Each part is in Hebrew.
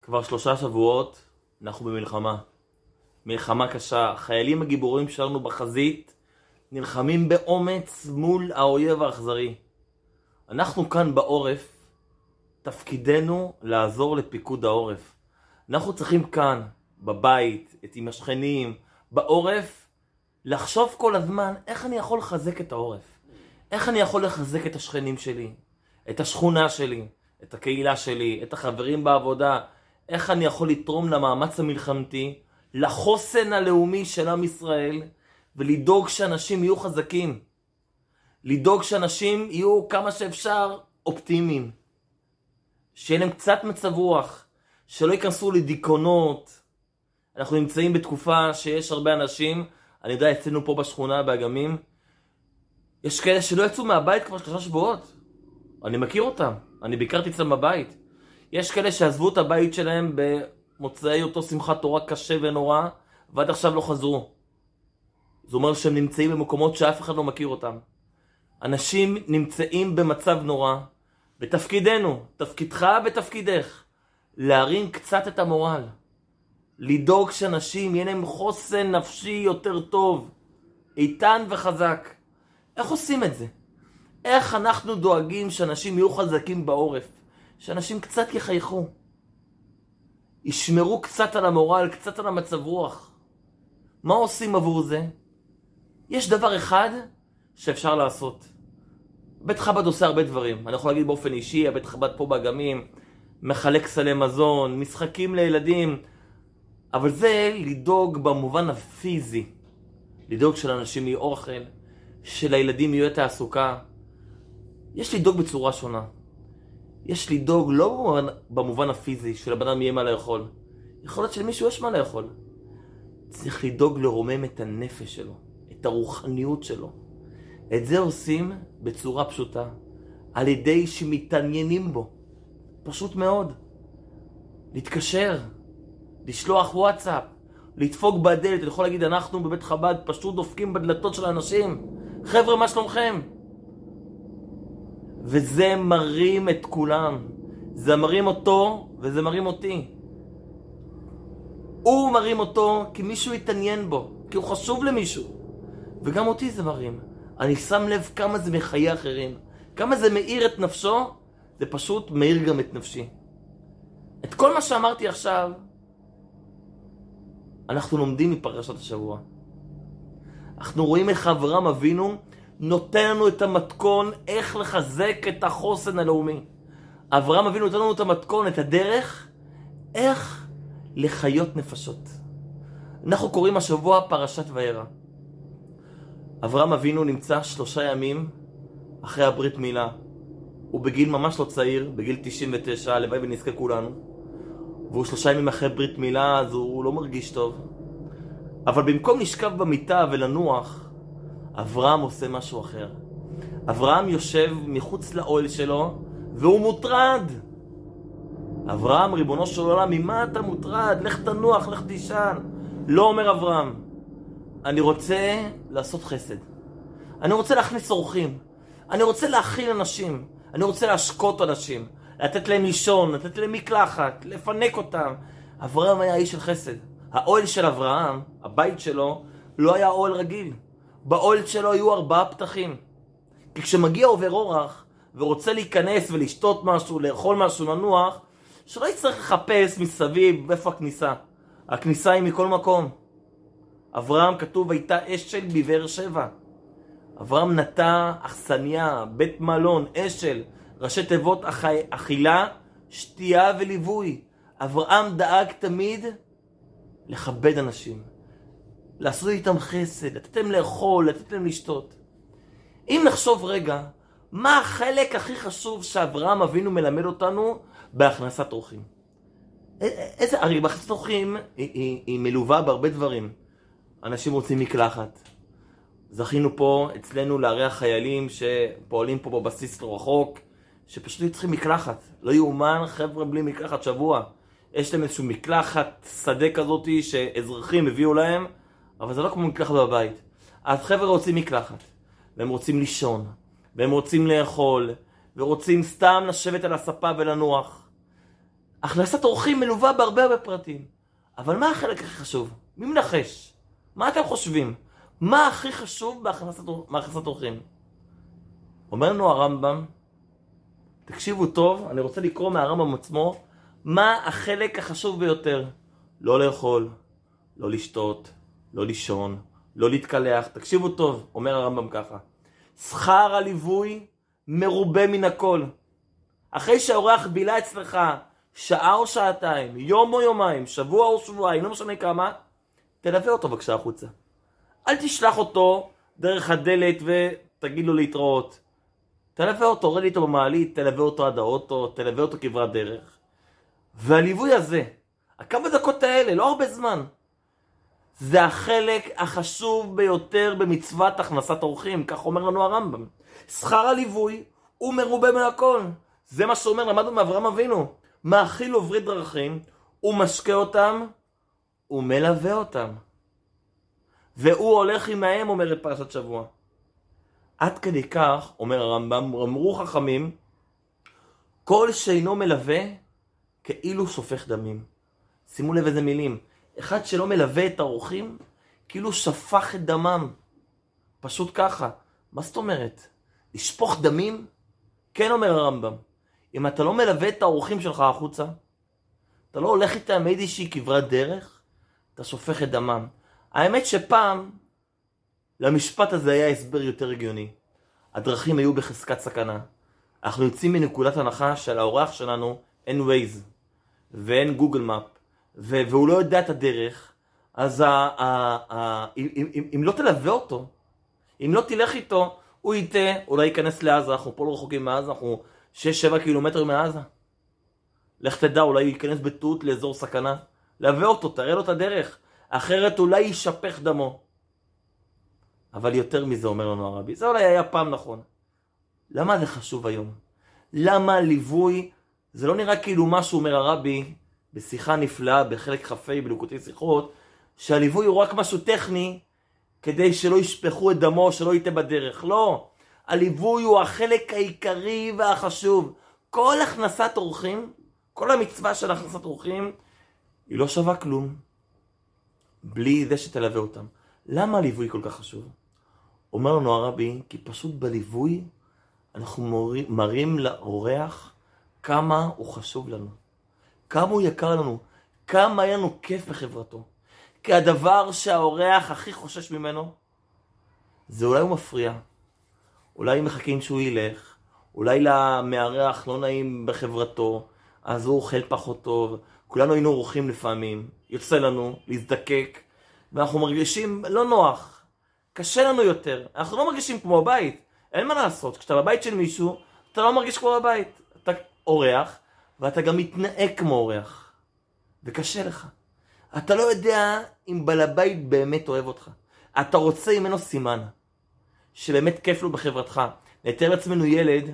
כבר 3 שבועות אנחנו במלחמה. מלחמה קשה. החיילים הגיבורים שלנו בחזית נלחמים באומץ מול האויב האכזרי. אנחנו כאן בעורף, תפקידנו לעזור לפיקוד העורף. אנחנו צריכים כאן, בבית, עם השכנים, בעורף, לחשוב כל הזמן איך אני יכול לחזק את העורף. איך אני יכול לחזק את השכנים שלי, את השכונה שלי, את הקהילה שלי, את החברים בעבודה. איך אני יכול לתרום למאמץ המלחמתי, לחוסן הלאומי של עם ישראל, ולדאוג שאנשים יהיו חזקים. לדאוג שאנשים יהיו כמה שאפשר אופטימיים. שיהיה להם קצת מצב רוח, שלא ייכנסו לדיכאונות. אנחנו נמצאים בתקופה שיש הרבה אנשים, אני יודע, אצלנו פה בשכונה, באגמים, יש כאלה שלא יצאו מהבית כבר 3 שבועות. אני מכיר אותם, אני ביקרתי אצלם בבית. יש כאלה שעזבו את הבית שלהם במוצאי אותו שמחת תורה קשה ונורא, ועד עכשיו לא חזרו. זה אומר שהם נמצאים במקומות שאף אחד לא מכיר אותם. אנשים נמצאים במצב נורא, בתפקידנו, תפקידך ותפקידך, להרים קצת את המורל. לדאוג שאנשים יהיה להם חוסן נפשי יותר טוב, איתן וחזק. איך עושים את זה? איך אנחנו דואגים שאנשים יהיו חזקים בעורף? שאנשים קצת יחייכו, ישמרו קצת על המורל, קצת על המצב רוח. מה עושים עבור זה? יש דבר אחד שאפשר לעשות. בית חב"ד עושה הרבה דברים. אני יכול להגיד באופן אישי, בית חב"ד פה באגמים, מחלק סלי מזון, משחקים לילדים, אבל זה לדאוג במובן הפיזי. לדאוג שלאנשים יהיה אוכל, שלילדים יהיה תעסוקה. יש לדאוג בצורה שונה. יש לדאוג לא במובן הפיזי של הבן אדם יהיה מה לאכול. יכול להיות שלמישהו יש מה לאכול. צריך לדאוג לרומם את הנפש שלו, את הרוחניות שלו. את זה עושים בצורה פשוטה, על ידי שמתעניינים בו. פשוט מאוד. להתקשר, לשלוח וואטסאפ, לדפוק בדלת. אני יכול להגיד, אנחנו בבית חב"ד פשוט דופקים בדלתות של האנשים. חבר'ה, מה שלומכם? וזה מרים את כולם. זה מרים אותו וזה מרים אותי. הוא מרים אותו כי מישהו יתעניין בו, כי הוא חשוב למישהו. וגם אותי זה מרים. אני שם לב כמה זה מחיי אחרים. כמה זה מאיר את נפשו, זה פשוט מאיר גם את נפשי. את כל מה שאמרתי עכשיו, אנחנו לומדים מפרשת השבוע. אנחנו רואים איך אברהם אבינו נותן לנו את המתכון איך לחזק את החוסן הלאומי. אברהם אבינו נותן לנו את המתכון, את הדרך, איך לחיות נפשות. אנחנו קוראים השבוע פרשת וירא. אברהם אבינו נמצא 3 ימים אחרי הברית מילה. הוא בגיל ממש לא צעיר, בגיל 99, הלוואי ונזכה כולנו. והוא 3 ימים אחרי ברית מילה, אז הוא לא מרגיש טוב. אבל במקום לשכב במיטה ולנוח, אברהם עושה משהו אחר. אברהם יושב מחוץ לאוהל שלו, והוא מוטרד. אברהם, ריבונו של עולם, ממה אתה מוטרד? לך תנוח, לך תישן. לא אומר אברהם. אני רוצה לעשות חסד. אני רוצה להכניס אורחים. אני רוצה להכיל אנשים. אני רוצה להשקות אנשים. לתת להם לישון, לתת להם מקלחת, לפנק אותם. אברהם היה איש של חסד. האוהל של אברהם, הבית שלו, לא היה אוהל רגיל. באוהל שלו היו 4 פתחים. כי כשמגיע עובר אורח ורוצה להיכנס ולשתות משהו, לאכול משהו, לנוח, שלא יצטרך לחפש מסביב איפה הכניסה. הכניסה היא מכל מקום. אברהם, כתוב, הייתה אשל בבאר שבע. אברהם נטע אכסניה, בית מלון, אשל, ראשי תיבות אכילה, שתייה וליווי. אברהם דאג תמיד לכבד אנשים. לעשות איתם חסד, לתת להם לאכול, לתת להם לשתות. אם נחשוב רגע, מה החלק הכי חשוב שאברהם אבינו מלמד אותנו בהכנסת אורחים? הרי בהכנסת אורחים היא מלווה בהרבה דברים. אנשים רוצים מקלחת. זכינו פה אצלנו לארח חיילים שפועלים פה בבסיס לא רחוק, שפשוט צריכים מקלחת. לא יאומן, חבר'ה בלי מקלחת שבוע. יש להם איזשהו מקלחת שדה כזאת שאזרחים הביאו להם, אבל זה לא כמו מקלחת בבית. אז חבר'ה רוצים מקלחת, והם רוצים לישון, והם רוצים לאכול, ורוצים סתם לשבת על הספה ולנוח. הכנסת אורחים מלווה בהרבה פרטים. אבל מה החלק הכי חשוב? מי מנחש? מה אתם חושבים? מה הכי חשוב בהכנסת אורחים? אומר לנו הרמב"ם, תקשיבו טוב, אני רוצה לקרוא מהרמב"ם עצמו, מה החלק החשוב ביותר? לא לאכול, לא לשתות, לא לישון, לא להתקלח. תקשיבו טוב, אומר הרמב"ם ככה, שכר הליווי מרובה מן הכל. אחרי שהאורח בילה אצלך שעה או שעתיים, יום או יומיים, שבוע או שבועיים, לא משנה כמה, תלווה אותו בבקשה החוצה. אל תשלח אותו דרך הדלת ותגיד לו להתראות. תלווה אותו, רד איתו במעלית, תלווה אותו עד האוטו, תלווה אותו כברת דרך. והליווי הזה, הכמה דקות האלה, לא הרבה זמן, זה החלק החשוב ביותר במצוות הכנסת אורחים, כך אומר לנו הרמב"ם. שכר הליווי הוא מרובה מן הכל. זה מה שאומר, למדנו מאברהם אבינו. מאכיל עוברי דרכים, הוא משקה אותם, הוא מלווה אותם. והוא הולך עמהם, אומרת פרשת שבוע. עד כדי כך, אומר הרמב"ם, אמרו חכמים, כל שאינו מלווה כאילו שופך דמים. שימו לב איזה מילים. אחד שלא מלווה את האורחים, כאילו שפך את דמם. פשוט ככה. מה זאת אומרת? לשפוך דמים? כן, אומר הרמב"ם. אם אתה לא מלווה את האורחים שלך החוצה, אתה לא הולך איתם איזושהי כברת דרך, אתה שופך את דמם. האמת שפעם, למשפט הזה היה הסבר יותר הגיוני. הדרכים היו בחזקת סכנה. אנחנו יוצאים מנקודת הנחה של האורח שלנו, אין ווייז, ואין גוגל מאפ, והוא לא יודע את הדרך, אז אם לא תלווה אותו, אם לא תלך איתו, הוא יתה, אולי ייכנס לעזה, אנחנו פה לא רחוקים מעזה, אנחנו 6-7 קילומטר מעזה. לך תדע, אולי ייכנס בטעות לאזור סכנה. לווה אותו, תראה לו את הדרך, אחרת אולי יישפך דמו. אבל יותר מזה אומר לנו הרבי, זה אולי היה פעם נכון. למה זה חשוב היום? למה ליווי, זה לא נראה כאילו משהו אומר הרבי, בשיחה נפלאה, בחלק חפי, בלוקותי שיחות, שהליווי הוא רק משהו טכני, כדי שלא ישפכו את דמו, שלא ייתה בדרך. לא. הליווי הוא החלק העיקרי והחשוב. כל הכנסת אורחים, כל המצווה של הכנסת אורחים, היא לא שווה כלום. בלי זה שתלווה אותם. למה הליווי כל כך חשוב? אומר לנו הרבי, כי פשוט בליווי, אנחנו מראים לאורח כמה הוא חשוב לנו. כמה הוא יקר לנו. כמה היה לנו כיף בחברתו. כי הדבר שהאורח הכי חושש ממנו, זה אולי הוא מפריע. אולי מחכים שהוא ילך. אולי למארח לא נעים בחברתו. אז הוא אוכל פחות טוב. כולנו היינו אורחים לפעמים. יוצא לנו להזדקק. ואנחנו מרגישים לא נוח. קשה לנו יותר. אנחנו לא מרגישים כמו בבית. אין מה לעשות. כשאתה בבית של מישהו, אתה לא מרגיש כמו בבית. אתה אורח, ואתה גם מתנהג כמו אורח. וקשה לך. אתה לא יודע אם בעל הבית באמת אוהב אותך. אתה רוצה ממנו סימן. שבאמת כיף לו בחברתך. נתאר לעצמנו ילד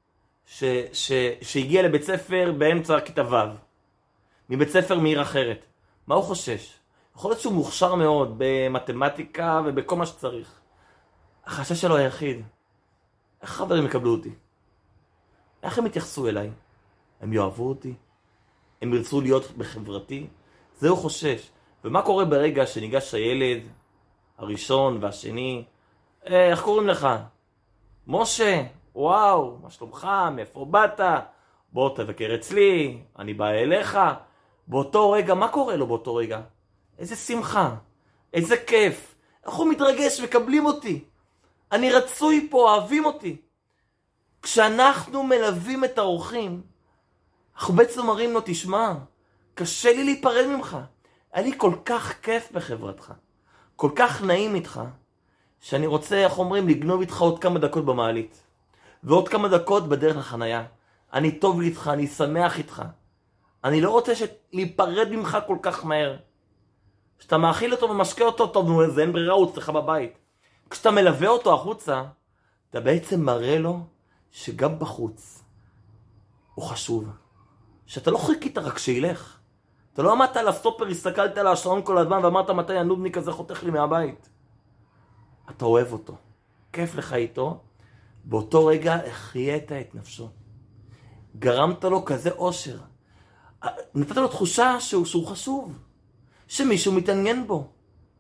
שהגיע לבית ספר באמצע כיתה ו'. מבית ספר מעיר אחרת. מה הוא חושש? יכול להיות שהוא מוכשר מאוד במתמטיקה ובכל מה שצריך. החשש שלו היחיד. איך חברים יקבלו אותי? איך הם יתייחסו אליי? הם יאהבו אותי? הם ירצו להיות בחברתי? זה הוא חושש. ומה קורה ברגע שניגש הילד הראשון והשני? איך קוראים לך? משה, וואו, מה שלומך? מאיפה באת? בוא תבקר אצלי, אני בא אליך. באותו רגע, מה קורה לו באותו רגע? איזה שמחה, איזה כיף. איך הוא מתרגש, מקבלים אותי. אני רצוי פה, אוהבים אותי. כשאנחנו מלווים את האורחים, אנחנו בעצם מראים לו, תשמע, קשה לי להיפרד ממך. היה לי כל כך כיף בחברתך. כל כך נעים איתך, שאני רוצה, איך אומרים, לגנוב איתך עוד כמה דקות במעלית. ועוד כמה דקות בדרך לחנייה. אני טוב איתך, אני שמח איתך. אני לא רוצה להיפרד ממך כל כך מהר. כשאתה מאכיל אותו ומשקה אותו, טוב, נו, זה אין ברירה, הוא אצלך בבית. כשאתה מלווה אותו החוצה, אתה בעצם מראה לו שגם בחוץ הוא חשוב. שאתה לא חיכית רק שילך. אתה לא עמדת על הסטופר, הסתכלת על השעון כל הזמן ואמרת מתי הנודניק הזה חותך לי מהבית. אתה אוהב אותו. כיף לך איתו. באותו רגע החיית את נפשו. גרמת לו כזה אושר. נתת לו תחושה שהוא חשוב, שמישהו מתעניין בו,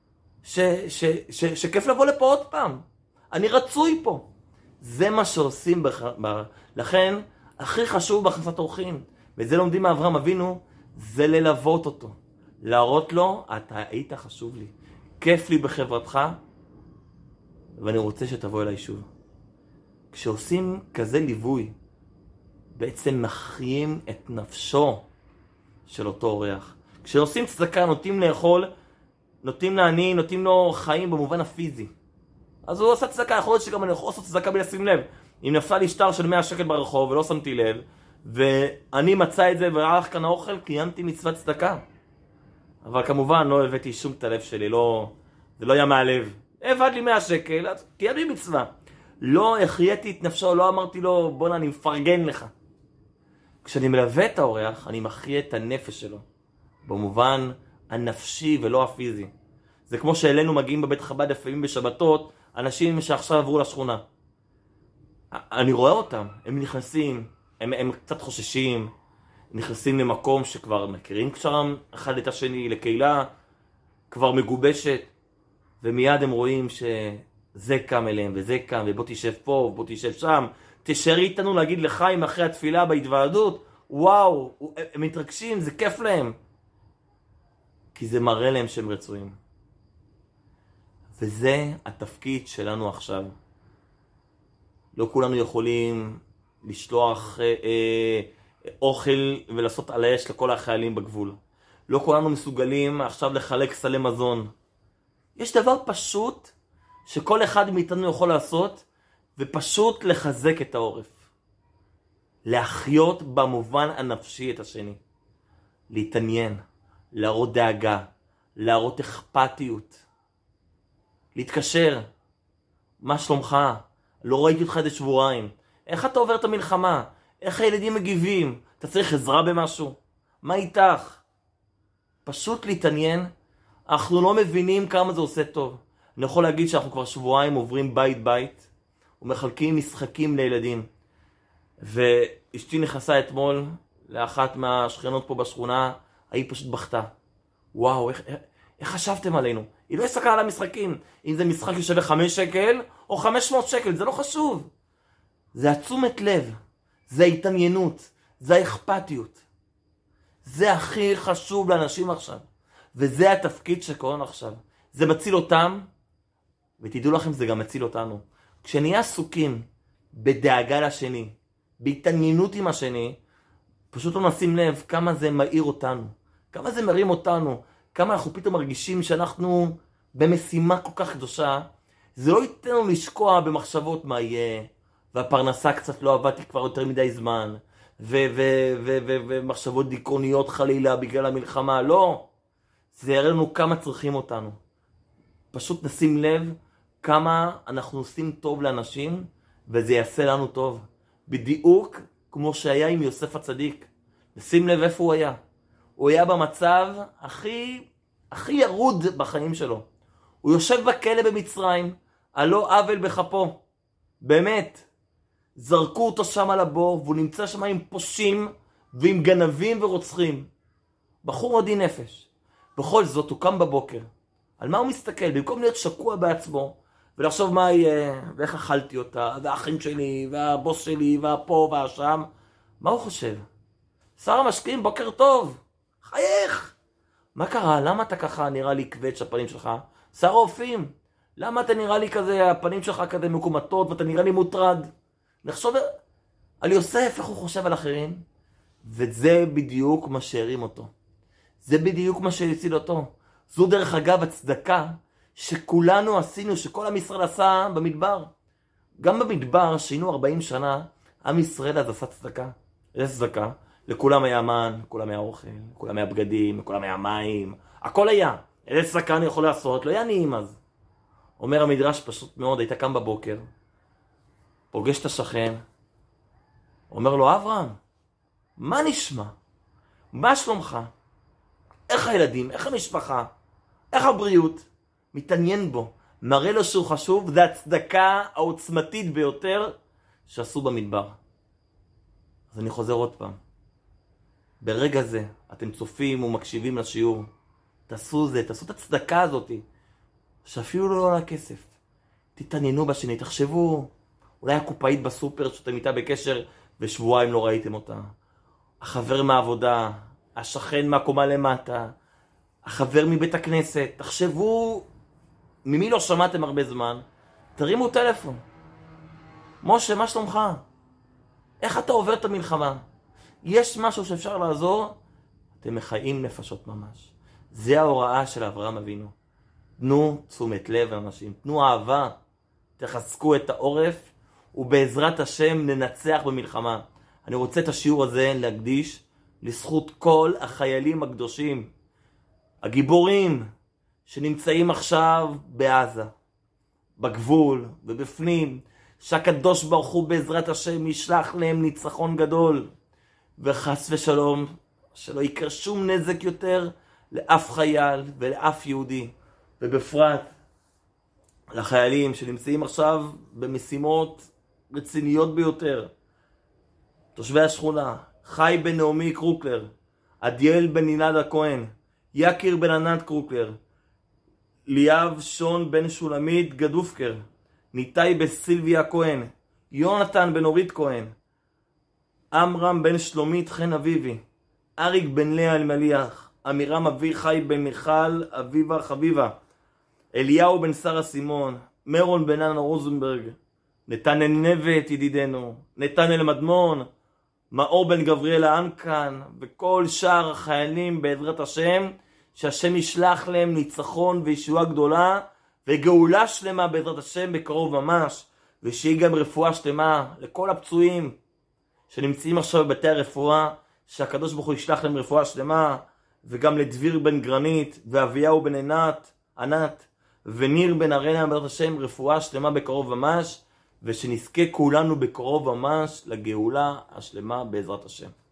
שכיף לבוא לפה עוד פעם, אני רצוי פה. זה מה שעושים לכן הכי חשוב בהכנסת אורחים, וזה לומדים מאברהם אבינו, זה ללוות אותו, להראות לו, אתה היית חשוב לי, כיף לי בחברתך, ואני רוצה שתבוא אליי שוב. כשעושים כזה ליווי, בעצם מחיים את נפשו של אותו אורח. כשעושים צדקה, נותנים לאכול, נותנים לעני, נותנים לו חיים במובן הפיזי. אז הוא עושה צדקה, יכול להיות שגם אני יכול לעשות צדקה בלי לשים לב. אם נפל לי שטר של 100 שקל ברחוב ולא שמתי לב, ואני מצא את זה והלך כאן האוכל, קיימתי מצוות צדקה. אבל כמובן לא הבאתי שום את הלב שלי, זה לא היה מהלב. הבאת לי 100 שקל, אז קיימתי מצווה. לא החייתי את נפשו, לא אמרתי לו, בוא אני מפרגן לך. כשאני מלווה את האורח, אני מחיה את הנפש שלו. במובן הנפשי ולא הפיזי. זה כמו שאלינו מגיעים בבית חב"ד לפעמים בשבתות, אנשים שעכשיו עברו לשכונה. אני רואה אותם, הם נכנסים, הם קצת חוששים, נכנסים למקום שכבר מכירים שם אחד את השני, לקהילה כבר מגובשת, ומיד הם רואים שזה קם אליהם וזה קם, ובוא תשב פה ובוא תשב שם, תשארי איתנו להגיד לחיים אחרי התפילה בהתוועדות, וואו, הם מתרגשים, זה כיף להם. כי זה מראה להם שהם רצויים. וזה התפקיד שלנו עכשיו. לא כולנו יכולים לשלוח אוכל ולעשות על האש לכל החיילים בגבול. לא כולנו מסוגלים עכשיו לחלק סלי מזון. יש דבר פשוט שכל אחד מאיתנו יכול לעשות, ופשוט לחזק את העורף. להחיות במובן הנפשי את השני. להתעניין, להראות דאגה, להראות אכפתיות. להתקשר, מה שלומך? לא ראיתי אותך איזה שבועיים. איך אתה עובר את המלחמה? איך הילדים מגיבים? אתה צריך עזרה במשהו? מה איתך? פשוט להתעניין. אנחנו לא מבינים כמה זה עושה טוב. אני יכול להגיד שאנחנו כבר שבועיים עוברים בית בית ומחלקים משחקים לילדים. ואשתי נכנסה אתמול לאחת מהשכנות פה בשכונה, היא פשוט בכתה. וואו, איך חשבתם עלינו? היא לא הסתכלה על המשחקים. אם זה משחק ששווה 5 שקל או 500 שקל, זה לא חשוב. זה התשומת לב, זה ההתעניינות, זה האכפתיות. זה הכי חשוב לאנשים עכשיו. וזה התפקיד שקוראים עכשיו. זה מציל אותם, ותדעו לכם, זה גם מציל אותנו. כשנהיה עסוקים בדאגה לשני, בהתעניינות עם השני, פשוט לא נשים לב כמה זה מאיר אותנו, כמה זה מרים אותנו, כמה אנחנו פתאום מרגישים שאנחנו במשימה כל כך קדושה. זה לא ייתן לנו לשקוע במחשבות מה יהיה, והפרנסה קצת לא עבדתי כבר יותר מדי זמן, ומחשבות דיכאוניות חלילה בגלל המלחמה. לא, זה יראה לנו כמה צריכים אותנו. פשוט נשים לב כמה אנחנו עושים טוב לאנשים, וזה יעשה לנו טוב. בדיוק כמו שהיה עם יוסף הצדיק. נשים לב איפה הוא היה. הוא היה במצב הכי ירוד בחיים שלו. הוא יושב בכלא במצרים, על לא עוול בכפו. באמת. זרקו אותו שם על הבור, והוא נמצא שם עם פושעים ועם גנבים ורוצחים. בחור עדין נפש. בכל זאת הוא קם בבוקר. על מה הוא מסתכל? במקום להיות שקוע בעצמו, ולחשוב מה יהיה, ואיך אכלתי אותה, והאחים שלי, והבוס שלי, והפה והשם. מה הוא חושב? שר המשקיעים, בוקר טוב. חייך. מה קרה? למה אתה ככה נראה לי כבד הפנים שלך? שר האופים. למה אתה נראה לי כזה, הפנים שלך כזה מקומטות, ואתה נראה לי מוטרד? נחשוב על יוסף, איך הוא חושב על אחרים. וזה בדיוק מה שהרים אותו. זה בדיוק מה שהציל אותו. זו דרך אגב הצדקה שכולנו עשינו, שכל עם ישראל עשה במדבר. גם במדבר, שהיינו 40 שנה, עם ישראל אז עשה צדקה. איזה צדקה? לכולם היה מן, לכולם היה אוכל, לכולם היה בגדים, לכולם היה מים, הכל היה. איזה צדקה אני יכול לעשות? לא היה נעים אז. אומר המדרש פשוט מאוד, היית קם בבוקר, פוגש את השכן, אומר לו, אברהם, מה נשמע? מה שלומך? איך הילדים? איך המשפחה? איך הבריאות? מתעניין בו, מראה לו שהוא חשוב. זה הצדקה העוצמתית ביותר שעשו במדבר. אז אני חוזר עוד פעם. ברגע זה אתם צופים ומקשיבים לשיעור, תעשו את הצדקה הזאת, שאפילו לא עולה כסף. תתעניינו בשני, תחשבו, אולי הקופאית בסופר שאתם איתה בקשר ושבועיים לא ראיתם אותה. החבר מהעבודה, השכן מהקומה למטה, החבר מבית הכנסת, תחשבו, ממי לא שמעתם הרבה זמן, תרימו טלפון. משה, מה שלומך? איך אתה עובר את המלחמה? יש משהו שאפשר לעזור? אתם מחיים נפשות ממש. זה ההוראה של אברהם אבינו. תנו תשומת לב לאנשים, תנו אהבה, תחזקו את העורף, ובעזרת השם ננצח במלחמה. אני רוצה את השיעור הזה להקדיש לזכות כל החיילים הקדושים, הגיבורים שנמצאים עכשיו בעזה, בגבול ובפנים, שהקדוש ברוך הוא בעזרת השם ישלח להם ניצחון גדול, וחס ושלום שלא יקרה שום נזק יותר לאף חייל ולאף יהודי, ובפרט לחיילים שנמצאים עכשיו במשימות רציניות ביותר. תושבי השכונה, חי בן נעמי קרוקלר, עדיאל בן ינד הכהן, יקיר בן ענת קרוקלר, ליאב שון בן שולמית גדופקר, ניתאי בסילביה כהן, יונתן בן אורית כהן, אמרם בן שלומית חן אביבי, אריק בן לאה אלמליח, אמירם אביחי בן מיכל אביבה חביבה, אליהו בן שרה סימון, מרון בן אנה רוזנברג, נתנאל נבט ידידנו, נתנאל מדמון, מאור בן גבריאל האנקן, וכל שאר החיילים בעזרת השם, שהשם ישלח להם ניצחון וישועה גדולה, וגאולה שלמה בעזרת השם בקרוב ממש, ושיהיה גם רפואה שלמה לכל הפצועים שנמצאים עכשיו בבתי הרפואה, שהקדוש ברוך הוא ישלח להם רפואה שלמה, וגם לדביר בן גרנית, ואביהו בן ענת, וניר בן ארנה בעזרת השם רפואה שלמה בקרוב ממש, ושנזכה כולנו בקרוב ממש לגאולה השלמה בעזרת השם.